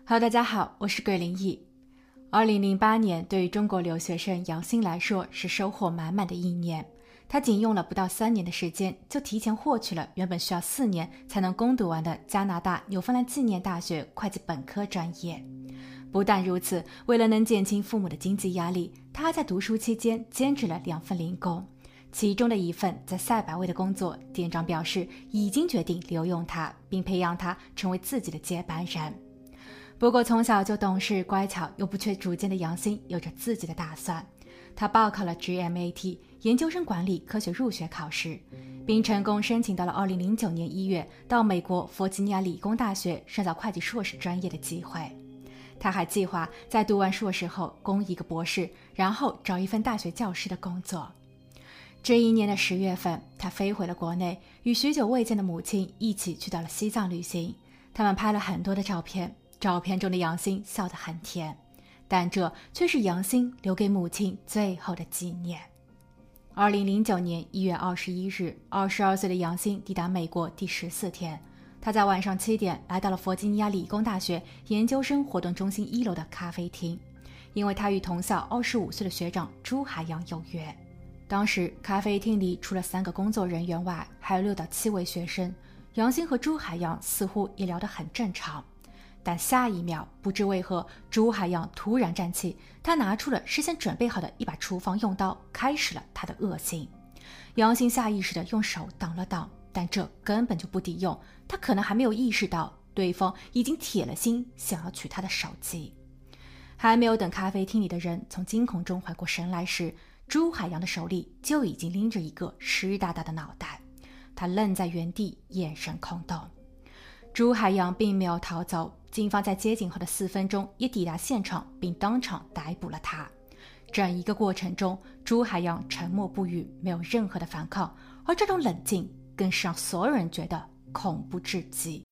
Hello， 大家好，我是桂林毅。2008年对于中国留学生杨鑫来说是收获满满的一年。他仅用了不到3年的时间，就提前获取了原本需要4年才能攻读完的加拿大纽芬兰纪念大学会计本科专业。不但如此，为了能减轻父母的经济压力，他还在读书期间兼职了2份零工。其中的一份在赛百味的工作，店长表示已经决定留用他，并培养他成为自己的接班人。不过从小就懂事乖巧又不缺主见的杨鑫有着自己的打算，他报考了 GMAT 研究生管理科学入学考试，并成功申请到了2009年1月到美国弗吉尼亚理工大学深造会计硕士专业的机会。他还计划在读完硕士后攻一个博士，然后找一份大学教师的工作。这一年的10月份，他飞回了国内，与许久未见的母亲一起去到了西藏旅行。他们拍了很多的照片，照片中的杨鑫笑得很甜，但这却是杨鑫留给母亲最后的纪念。2009年1月21日，22岁的杨鑫抵达美国第14天，他在晚上7点来到了弗吉尼亚理工大学研究生活动中心1楼的咖啡厅，因为他与同校25岁的学长朱海洋有约。当时咖啡厅里除了3个工作人员外，还有6到7位学生。杨鑫和朱海洋似乎也聊得很正常，但下一秒不知为何，朱海洋突然站起，他拿出了事先准备好的一把厨房用刀，开始了他的恶行。杨鑫下意识地用手挡了挡，但这根本就不抵用，他可能还没有意识到对方已经铁了心想要取他的手机。还没有等咖啡厅里的人从惊恐中缓过神来时，朱海洋的手里就已经拎着一个湿哒哒的脑袋，他愣在原地，眼神空洞。朱海洋并没有逃走，警方在接警后的4分钟也抵达现场，并当场逮捕了他。整一个过程中，朱海洋沉默不语，没有任何的反抗，而这种冷静更是让所有人觉得恐怖至极。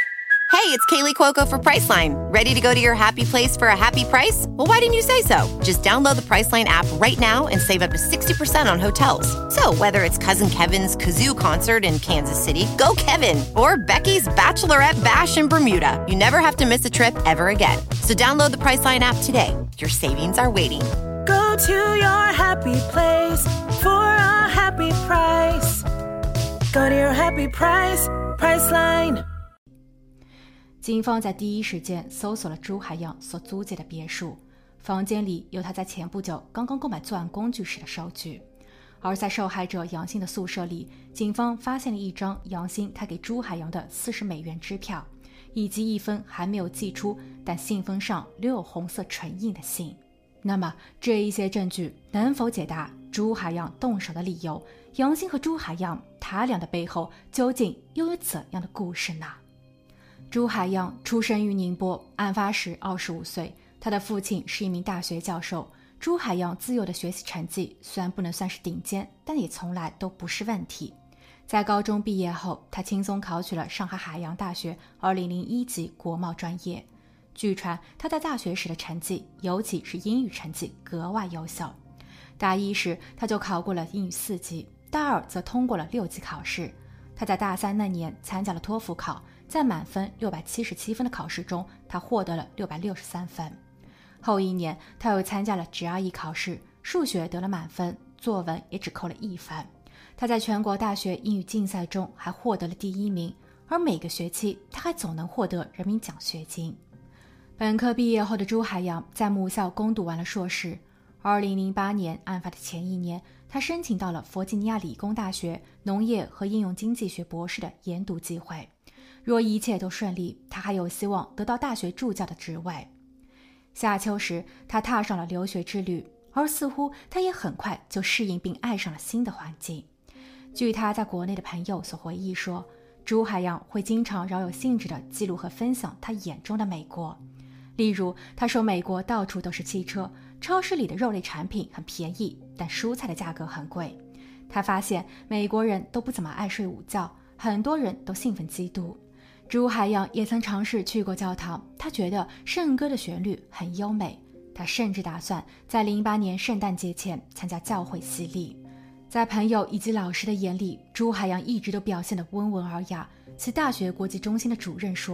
Hey, it's Kaylee Cuoco for Priceline. Ready to go to your happy place for a happy price? Well, why didn't you say so? Just download the Priceline app right now and save up to 60% on hotels. So whether it's Cousin Kevin's Kazoo Concert in Kansas City, go Kevin, or Becky's Bachelorette Bash in Bermuda, you never have to miss a trip ever again. So download the Priceline app today. Your savings are waiting. Go to your happy place for a happy price. Go to your happy price, Priceline. 警方在第一时间搜索了朱海洋所租借的别墅，房间里有他在前不久刚刚购买作案工具时的收据。而在受害者杨鑫的宿舍里，警方发现了一张杨鑫他给朱海洋的$40支票，以及一封还没有寄出但信封上留有红色唇印的信。那么这一些证据能否解答朱海洋动手的理由？杨鑫和朱海洋他俩的背后究竟又有怎样的故事呢？朱海洋出生于宁波，案发时25岁，他的父亲是一名大学教授。朱海洋自幼的学习成绩虽然不能算是顶尖，但也从来都不是问题。在高中毕业后，他轻松考取了上海海洋大学2001级国贸专业。据传他在大学时的成绩，尤其是英语成绩格外优秀。大一时他就考过了英语4级，大2则通过了6级考试。他在大3那年参加了托福考，在满分677分的考试中，他获得了663分。后一年，他又参加了 GRE 考试，数学得了满分，作文也只扣了1分。他在全国大学英语竞赛中还获得了第1名，而每个学期他还总能获得人民奖学金。本科毕业后的朱海洋在母校攻读完了硕士。2008年案发的前一年，他申请到了弗吉尼亚理工大学农业和应用经济学博士的研读机会。若一切都顺利，他还有希望得到大学助教的职位。夏秋时，他踏上了留学之旅，而似乎他也很快就适应并爱上了新的环境。据他在国内的朋友所回忆说，朱海洋会经常饶有兴致地记录和分享他眼中的美国。例如，他说美国到处都是汽车，超市里的肉类产品很便宜，但蔬菜的价格很贵。他发现美国人都不怎么爱睡午觉，很多人都兴奋基督。朱海洋也曾尝试去过教堂，他觉得圣歌的旋律很优美。他甚至打算在08年圣诞节前参加教会洗礼。在朋友以及老师的眼里，朱海洋一直都表现得温文尔雅。其大学国际中心的主任说，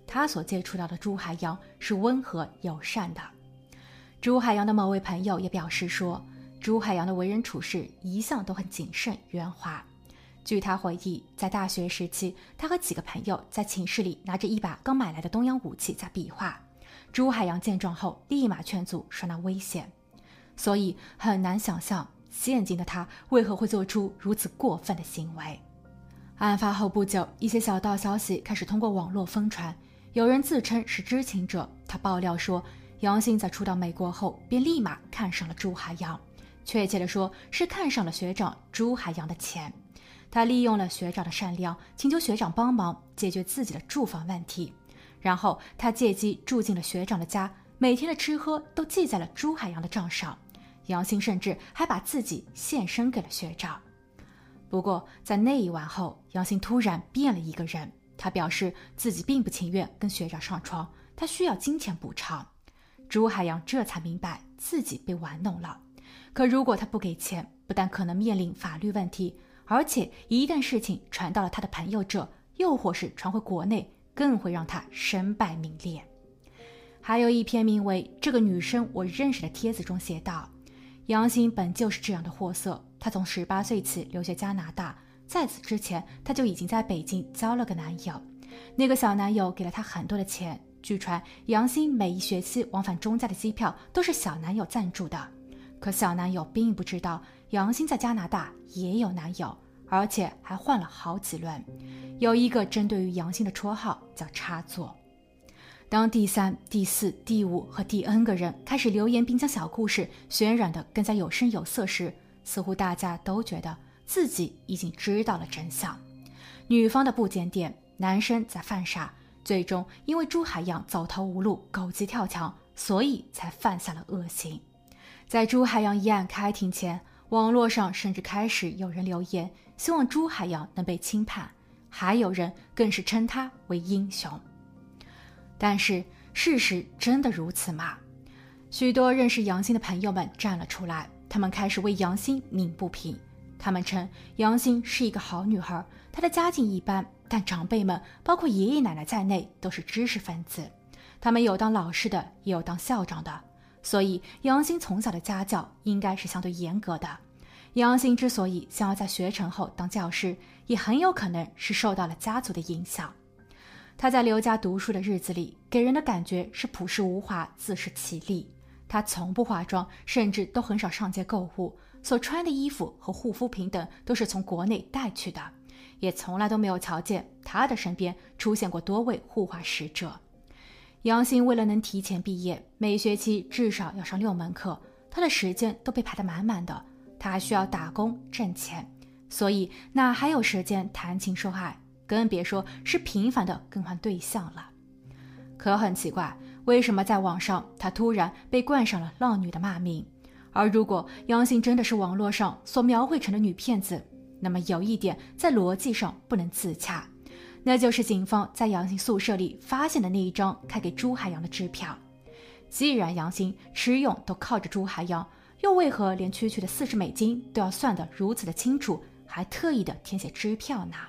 他所接触到的朱海洋是温和友善的。朱海洋的某位朋友也表示说，朱海洋的为人处事一向都很谨慎圆滑。据他回忆，在大学时期，他和几个朋友在寝室里拿着一把刚买来的东洋武器在比划。朱海洋见状后立马劝阻说那危险，所以很难想象现今的他为何会做出如此过分的行为。案发后不久，一些小道消息开始通过网络疯传，有人自称是知情者，他爆料说杨鑫在初到美国后便立马看上了朱海洋，确切的说是看上了学长朱海洋的钱。他利用了学长的善良，请求学长帮忙解决自己的住房问题，然后他借机住进了学长的家，每天的吃喝都记在了朱海洋的账上。杨鑫甚至还把自己献身给了学长。不过在那一晚后，杨鑫突然变了一个人，他表示自己并不情愿跟学长上床，他需要金钱补偿。朱海洋这才明白自己被玩弄了，可如果他不给钱，不但可能面临法律问题，而且一旦事情传到了他的朋友这，又或是传回国内，更会让他身败名裂。还有一篇名为《这个女生我认识》的帖子中写道，杨鑫本就是这样的货色，他从18岁起留学加拿大，在此之前他就已经在北京交了个男友，那个小男友给了他很多的钱，据传杨鑫每一学期往返中加的机票都是小男友赞助的。可小男友并不知道杨鑫在加拿大也有男友，而且还换了好几轮，有一个针对于杨鑫的绰号叫插座。当第3、第4、第5和第 N 个人开始留言并将小故事渲染得更加有声有色时，似乎大家都觉得自己已经知道了真相。女方的不检点，男生在犯傻，最终因为朱海洋走投无路，狗急跳墙，所以才犯下了恶行。在朱海洋一案开庭前，网络上甚至开始有人留言，希望朱海洋能被轻判，还有人更是称他为英雄。但是事实真的如此吗？许多认识杨鑫的朋友们站了出来，他们开始为杨鑫鸣不平。他们称杨鑫是一个好女孩，她的家境一般，但长辈们包括爷爷奶奶在内都是知识分子，他们有当老师的，也有当校长的，所以杨鑫从小的家教应该是相对严格的。杨鑫之所以想要在学成后当教师，也很有可能是受到了家族的影响。他在刘家读书的日子里，给人的感觉是朴实无华，自食其力。他从不化妆，甚至都很少上街购物，所穿的衣服和护肤品等都是从国内带去的，也从来都没有瞧见他的身边出现过多位护花使者。杨鑫为了能提前毕业，每学期至少要上6门课，他的时间都被排得满满的，他还需要打工挣钱，所以哪还有时间谈情说爱，更别说是频繁的更换对象了。可很奇怪，为什么在网上他突然被冠上了浪女的骂名？而如果杨鑫真的是网络上所描绘成的女骗子，那么有一点在逻辑上不能自洽，那就是警方在杨鑫宿舍里发现的那一张开给朱海洋的支票。既然杨鑫吃用都靠着朱海洋，又为何连区区的$40都要算得如此的清楚，还特意的填写支票呢？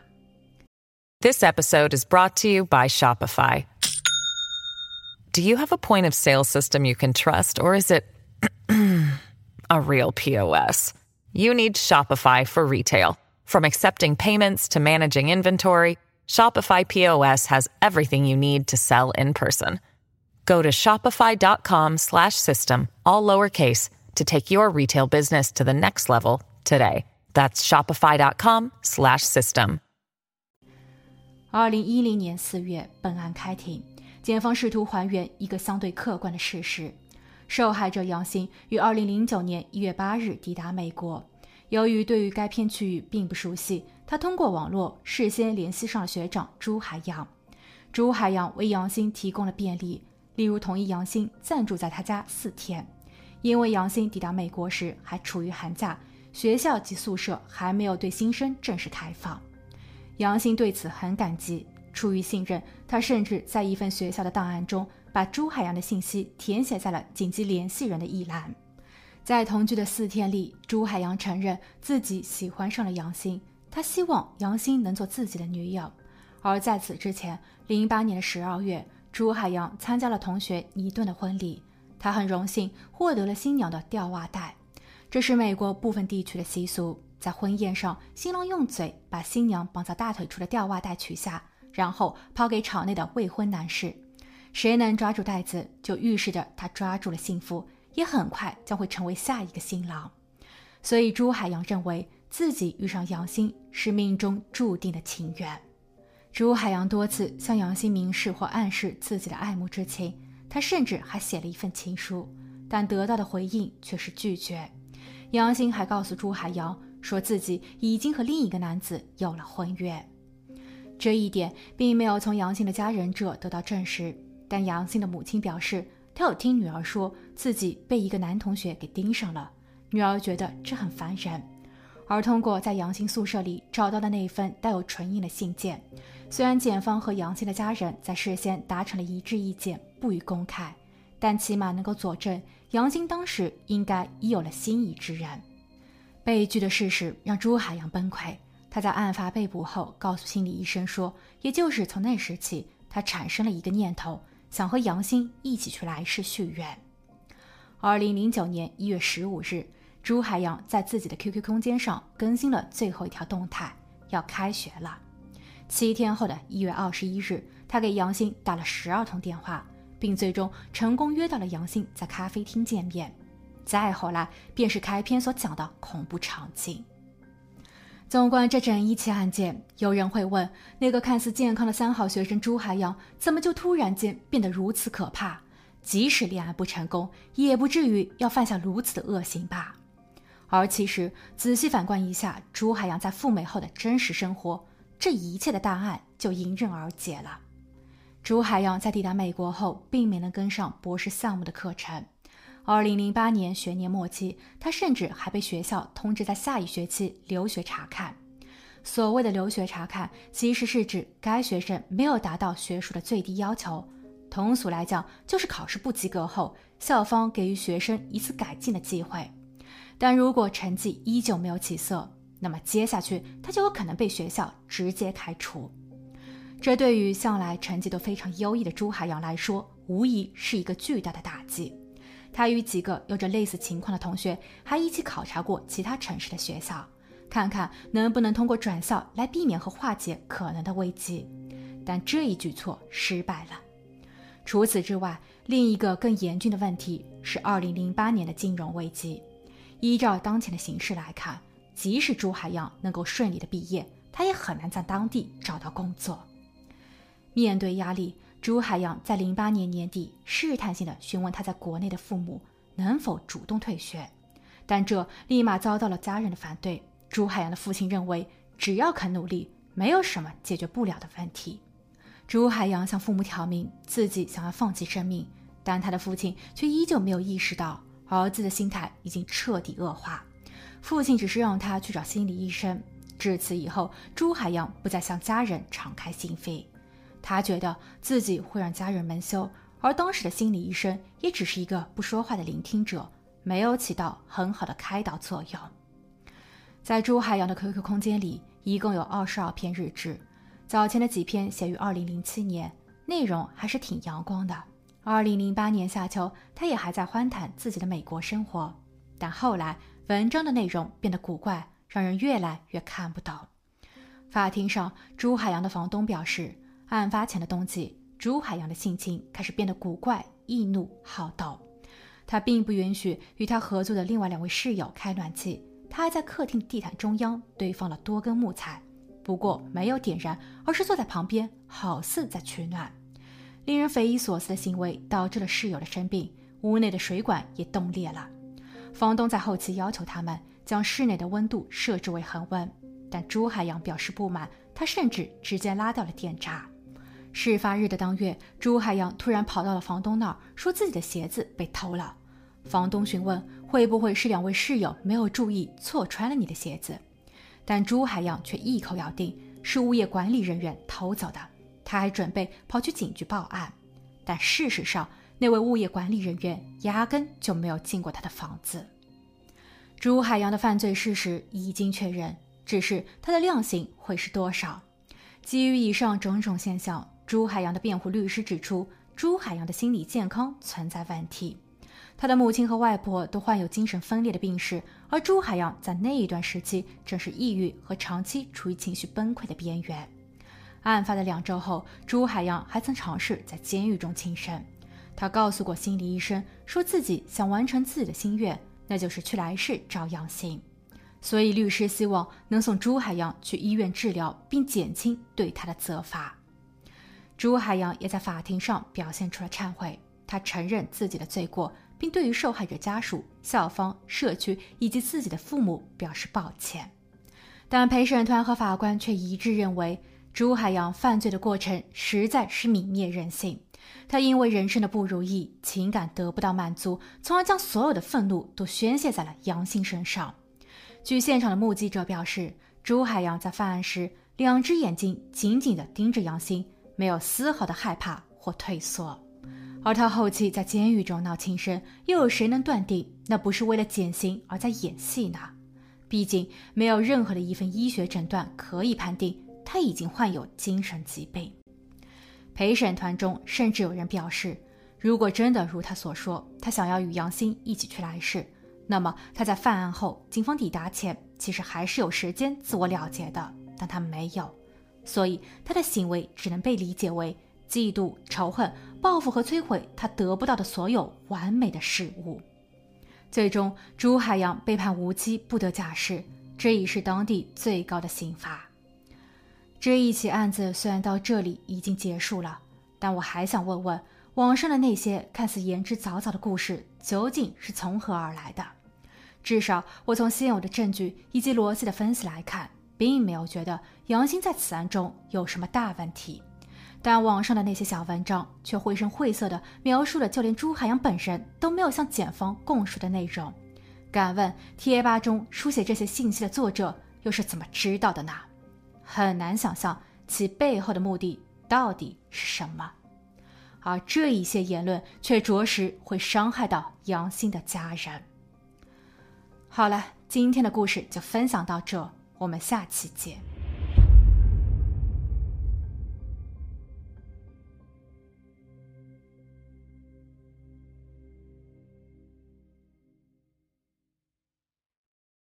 This episode is brought to you by Shopify. Do you have a point of sale system you can trust, or is it a real POS? You need Shopify for retail. From accepting payments to managing inventory, Shopify POS has everything you need to sell in person. Go to shopify.com/system, all lowercase, to take your retail business to the next level today. That's shopify.com/system. 2010年4月，本案开庭，检方试图还原一个相对客观的事实。受害者杨鑫于2009年1月8日抵达美国，由于对于该片区域并不熟悉，他通过网络事先联系上了学长朱海洋。朱海洋为杨鑫提供了便利，例如同意杨鑫暂住在他家4天。因为杨鑫抵达美国时还处于寒假，学校及宿舍还没有对新生正式开放。杨鑫对此很感激，出于信任，他甚至在一份学校的档案中把朱海洋的信息填写在了紧急联系人的一栏。在同居的4天里，朱海洋承认自己喜欢上了杨鑫，他希望杨鑫能做自己的女友。 而在此之前，08年的12月，朱海洋参加了同学尼顿的婚礼，他很荣幸获得了新娘的吊袜带。这是美国部分地区的习俗，在婚宴上，新郎用嘴把新娘绑在大腿处的吊袜带取下，然后抛给场内的未婚男士。谁能抓住带子，就预示着他抓住了幸福，也很快将会成为下一个新郎。所以朱海洋认为自己遇上杨欣是命中注定的情缘。朱海洋多次向杨欣明示或暗示自己的爱慕之情，他甚至还写了一份情书，但得到的回应却是拒绝。杨欣还告诉朱海洋说自己已经和另一个男子有了婚约。这一点并没有从杨欣的家人这得到证实，但杨欣的母亲表示，她有听女儿说自己被一个男同学给盯上了，女儿觉得这很烦人。而通过在杨欣宿舍里找到的那份带有唇印的信件，虽然检方和杨欣的家人在事先达成了一致意见，不予公开，但起码能够佐证杨欣当时应该已有了心仪之人。悲剧的事实让朱海洋崩溃，他在案发被捕后告诉心理医生说，也就是从那时起，他产生了一个念头，想和杨欣一起去来世续愿。2009年1月15日，朱海洋在自己的 QQ 空间上更新了最后一条动态，要开学了。7天后的1月21日，他给杨欣打了12通电话，并最终成功约到了杨欣在咖啡厅见面。再后来便是开篇所讲的恐怖场景。纵观这整一起案件，有人会问，那个看似健康的3好学生朱海洋怎么就突然间变得如此可怕？即使恋爱不成功，也不至于要犯下如此的恶行吧？而其实仔细反观一下朱海洋在赴美后的真实生活，这一切的大案就迎刃而解了。朱海洋在抵达美国后并没能跟上博士项目的课程，2008年学年末期，他甚至还被学校通知在下一学期留学查看。所谓的留学查看，其实是指该学生没有达到学术的最低要求，通俗来讲就是考试不及格后，校方给予学生一次改进的机会。但如果成绩依旧没有起色，那么接下去他就有可能被学校直接开除。这对于向来成绩都非常优异的朱海洋来说，无疑是一个巨大的打击。他与几个有着类似情况的同学还一起考察过其他城市的学校，看看能不能通过转校来避免和化解可能的危机，但这一举措失败了。除此之外，另一个更严峻的问题是2008年的金融危机。依照当前的形势来看，即使朱海洋能够顺利的毕业，他也很难在当地找到工作。面对压力，朱海洋在08年年底试探性的询问他在国内的父母能否主动退学，但这立马遭到了家人的反对。朱海洋的父亲认为，只要肯努力，没有什么解决不了的问题。朱海洋向父母挑明自己想要放弃生命，但他的父亲却依旧没有意识到儿子的心态已经彻底恶化。父亲只是让他去找心理医生，至此以后，朱海洋不再向家人敞开心扉。他觉得自己会让家人蒙羞，而当时的心理医生也只是一个不说话的聆听者，没有起到很好的开导作用。在朱海洋的 QQ 空间里，一共有22篇日志，早前的几篇写于2007年，内容还是挺阳光的。2008年夏秋，他也还在欢谈自己的美国生活，但后来文章的内容变得古怪，让人越来越看不懂。法庭上，朱海洋的房东表示，案发前的冬季，朱海洋的性情开始变得古怪、易怒、好斗。他并不允许与他合租的另外2位室友开暖气，他还在客厅地毯中央堆放了多根木材，不过没有点燃，而是坐在旁边，好似在取暖。令人匪夷所思的行为导致了室友的生病，屋内的水管也冻裂了。房东在后期要求他们将室内的温度设置为恒温，但朱海洋表示不满，他甚至直接拉掉了电闸。事发日的当月，朱海洋突然跑到了房东那儿，说自己的鞋子被偷了。房东询问会不会是2位室友没有注意错穿了你的鞋子，但朱海洋却一口咬定是物业管理人员偷走的。他还准备跑去警局报案，但事实上那位物业管理人员压根就没有进过他的房子。朱海洋的犯罪事实已经确认，只是他的量刑会是多少？ 基于以上种种现象，朱海洋的辩护律师指出，朱海洋的心理健康存在问题。他的母亲和外婆都患有精神分裂的病史，而朱海洋在那一段时期正是抑郁和长期处于情绪崩溃的边缘。案发的2周后，朱海洋还曾尝试在监狱中轻生。他告诉过心理医生，说自己想完成自己的心愿，那就是去来世找杨欣。所以律师希望能送朱海洋去医院治疗，并减轻对他的责罚。朱海洋也在法庭上表现出了忏悔，他承认自己的罪过，并对于受害者家属、校方、社区以及自己的父母表示抱歉。但陪审团和法官却一致认为，朱海洋犯罪的过程实在是泯灭人性。他因为人生的不如意，情感得不到满足，从而将所有的愤怒都宣泄在了杨欣身上。据现场的目击者表示，朱海洋在犯案时2只眼睛紧紧地盯着杨欣，没有丝毫的害怕或退缩。而他后期在监狱中闹轻生，又有谁能断定那不是为了减刑而在演戏呢？毕竟没有任何的一份医学诊断可以判定他已经患有精神疾病。陪审团中甚至有人表示，如果真的如他所说，他想要与杨欣一起去来世，那么他在犯案后，警方抵达前其实还是有时间自我了结的，但他没有，所以他的行为只能被理解为嫉妒、仇恨、报复和摧毁他得不到的所有完美的事物。最终，朱海洋被判无期不得假释，这已是当地最高的刑罚。这一起案子虽然到这里已经结束了，但我还想问问，网上的那些看似言之凿凿的故事究竟是从何而来的？至少我从现有的证据以及逻辑的分析来看，并没有觉得杨欣在此案中有什么大问题。但网上的那些小文章却绘声绘色地描述了就连朱海洋本人都没有向检方供述的内容。敢问贴吧中书写这些信息的作者又是怎么知道的呢？很难想象其背后的目的到底是什么。而这一些言论却着实会伤害到杨欣的家人。好了，今天的故事就分享到这，我们下期见。